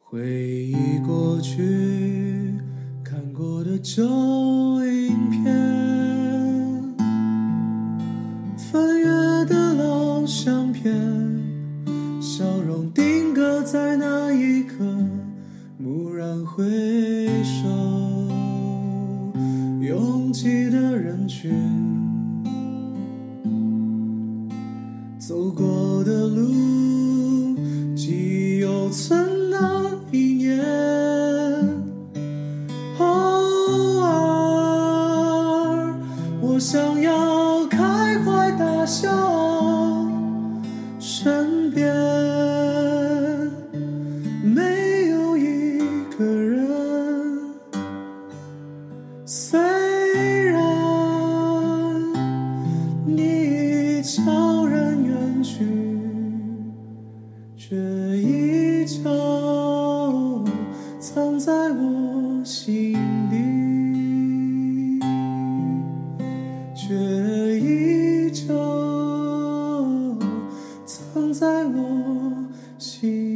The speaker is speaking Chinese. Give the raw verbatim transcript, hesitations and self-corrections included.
回忆过去看过的旧影片，翻阅的老相片，笑容定格在那一刻，蓦然回首，拥挤的人群，走过的路，记忆犹存那一年。偶尔，我想要开怀大笑，身边没有一个人。虽然你已悄然远去，却依旧藏在我心底，却依旧藏在我心底。